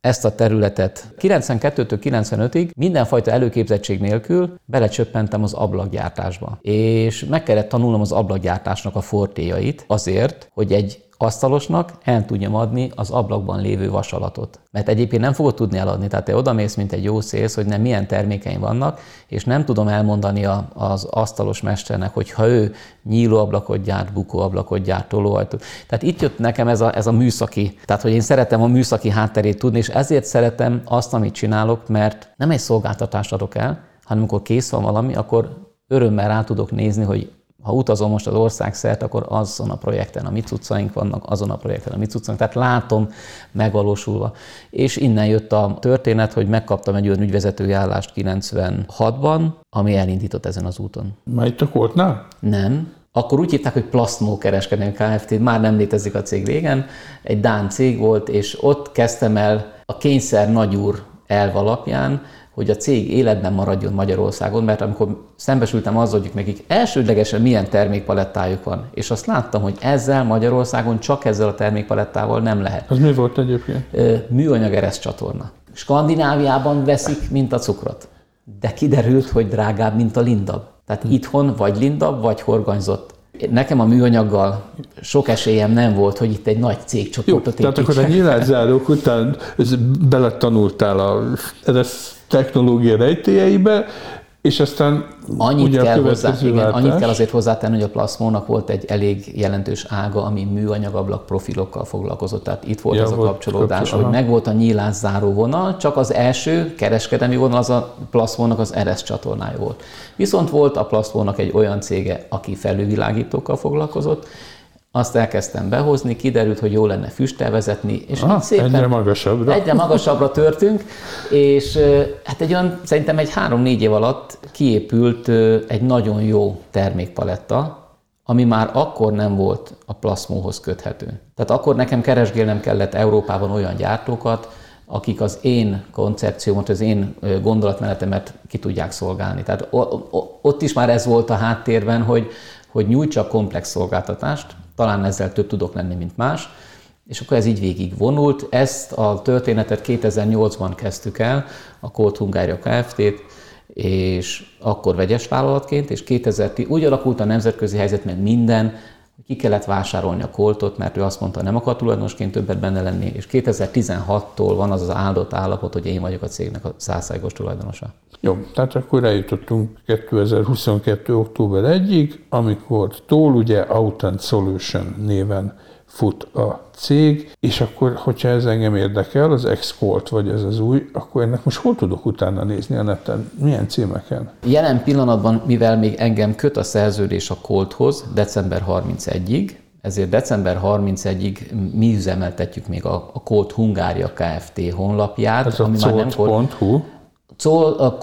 ezt a területet 92-től 95-ig mindenfajta előképzettség nélkül belecsöppentem az ablakgyártásba. És meg kellett tanulnom az ablakgyártásnak a fortéjait azért, hogy egy asztalosnak el tudjam adni az ablakban lévő vasalatot. Mert egyébként nem fogod tudni eladni, tehát te odamész, mint egy jó szélsz, hogy nem milyen termékeim vannak, és nem tudom elmondani az asztalos mesternek, hogy ha ő nyílóablakot gyárt, bukóablakot gyárt, tolóajtót. Tehát itt jött nekem ez a műszaki, tehát hogy én szeretem a műszaki hátterét tudni, és ezért szeretem azt, amit csinálok, mert nem egy szolgáltatást adok el, hanem amikor kész van valami, akkor örömmel rá tudok nézni, hogy ha utazom most az országszerte, akkor azon a projekten a mi cuccaink vannak, azon a projekten a mi cuccaink, tehát látom megvalósulva. És innen jött a történet, hogy megkaptam egy olyan ügyvezetői állást 96-ban, ami elindított ezen az úton.
Már itt a Coltnál?
Nem. Akkor úgy hívták, hogy Plastmo kereskedelmi Kft. Már nem létezik a cég régen. Egy dán cég volt, és ott kezdtem el a kényszer nagyúr elv alapján, hogy a cég életben maradjon Magyarországon, mert amikor szembesültem azzal, hogy nekik elsődlegesen milyen termékpalettájuk van, és azt láttam, hogy ezzel Magyarországon csak ezzel a termékpalettával nem lehet.
Az mi volt egyébként?
Műanyag ereszcsatorna. Skandináviában veszik, mint a cukrot, de kiderült, hogy drágább, mint a lindab. Tehát itthon vagy lindab, vagy horgonyzott. Nekem a műanyaggal sok esélyem nem volt, hogy itt egy nagy cégcsoportot
építsek. Tehát akkor a nyílászárók után beletanultál a technológia rejtélyeibe, és aztán
annyit kell azért hozzátenni, hogy a Plastmónak volt egy elég jelentős ága, ami műanyagablak profilokkal foglalkozott. Tehát itt volt az a kapcsolódás, hogy megvolt a nyílászáró vonal, csak az első kereskedelmi vonal az a Plastmónak az ereszcsatornája volt. Viszont volt a Plastmónak egy olyan cége, aki felülvilágítókkal foglalkozott, azt elkezdtem behozni, kiderült, hogy jó lenne füsttel vezetni, és így szépen egyre magasabbra törtünk, és hát szerintem egy 3-4 év alatt kiépült egy nagyon jó termékpaletta, ami már akkor nem volt a Plastmóhoz köthető. Tehát akkor nekem keresgélnem kellett Európában olyan gyártókat, akik az én koncepciómat, az én gondolatmenetemet ki tudják szolgálni. Tehát ott is már ez volt a háttérben, hogy nyújtsak komplex szolgáltatást, talán ezzel több tudok lenni, mint más, és akkor ez így végig vonult. Ezt a történetet 2008-ban kezdtük el, a Colt Hungária Kft-t, és akkor vegyes vállalatként, és 2010 úgy alakult a nemzetközi helyzet, meg minden, hogy ki kellett vásárolni a Coltot, mert ő azt mondta, nem akar tulajdonosként többet benne lenni, és 2016-tól van az áldott állapot, hogy én vagyok a cégnek a 100%-os tulajdonosa.
Jó, tehát akkor eljutottunk 2022. október 1-ig, amikor ugye Autent Solution néven fut a cég, és akkor, hogyha ez engem érdekel, az ex-Colt vagy ez az új, akkor ennek most hol tudok utána nézni a neten? Milyen címeken?
Jelen pillanatban, mivel még engem köt a szerződés a Colthoz december 31-ig, ezért december 31-ig mi üzemeltetjük még a Colt Hungária Kft. Honlapját.
Ez ami a colt.hu?
A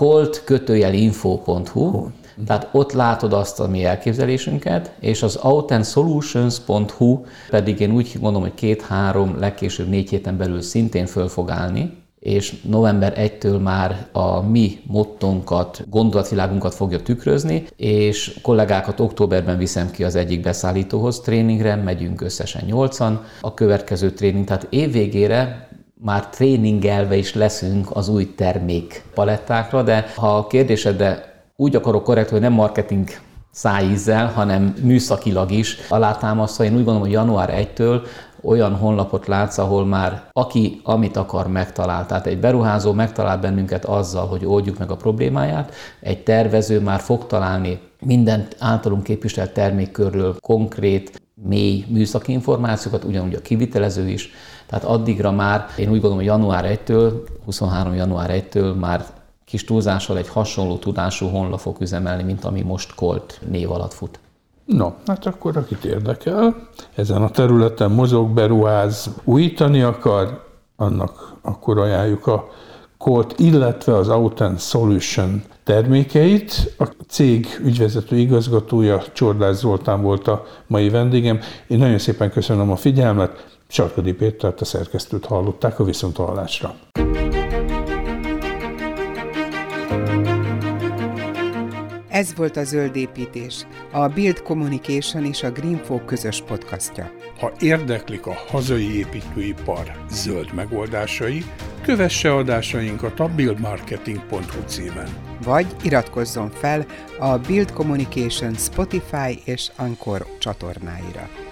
colt-info.hu, tehát ott látod azt a mi elképzelésünket, és az autentsolutions.hu pedig én úgy gondolom, hogy 2-3, legkésőbb 4 héten belül szintén föl fog állni, és november 1-től már a mi mottónkat, gondolatvilágunkat fogja tükrözni, és kollégákat októberben viszem ki az egyik beszállítóhoz tréningre, megyünk összesen 8-an. A következő tréning, tehát évvégére már tréningelve is leszünk az új termékpalettákra, de ha a kérdésedre úgy akarok korrekt, hogy nem marketing szájízzel, hanem műszakilag is alátámasztva, én úgy gondolom, hogy január 1-től olyan honlapot látsz, ahol már aki amit akar megtalál. Tehát egy beruházó megtalál bennünket azzal, hogy oldjuk meg a problémáját, egy tervező már fog találni minden általunk képviselt termékkörről konkrét, mély műszaki információkat, ugyanúgy a kivitelező is. Tehát addigra már, én úgy gondolom, hogy január 1-től, 23. január 1-től már kis túlzással egy hasonló tudású honlap fog üzemelni, mint ami most Colt név alatt fut.
No, hát akkor akit érdekel, ezen a területen mozog, beruház, újítani akar, annak akkor ajánljuk a Colt, illetve az Autent Solution termékeit. A cég ügyvezető igazgatója, Csordás Zoltán volt a mai vendégem. Én nagyon szépen köszönöm a figyelmet. Sarkadi Pétert, a szerkesztőt hallották, a viszonthallásra.
Ez volt a Zöld Építés, a Build Communication és a Greenfo közös podcastja.
Ha érdeklik a hazai építőipar zöld megoldásai, kövesse adásainkat a buildmarketing.hu címen.
Vagy iratkozzon fel a Build Communication Spotify és Anchor csatornáira.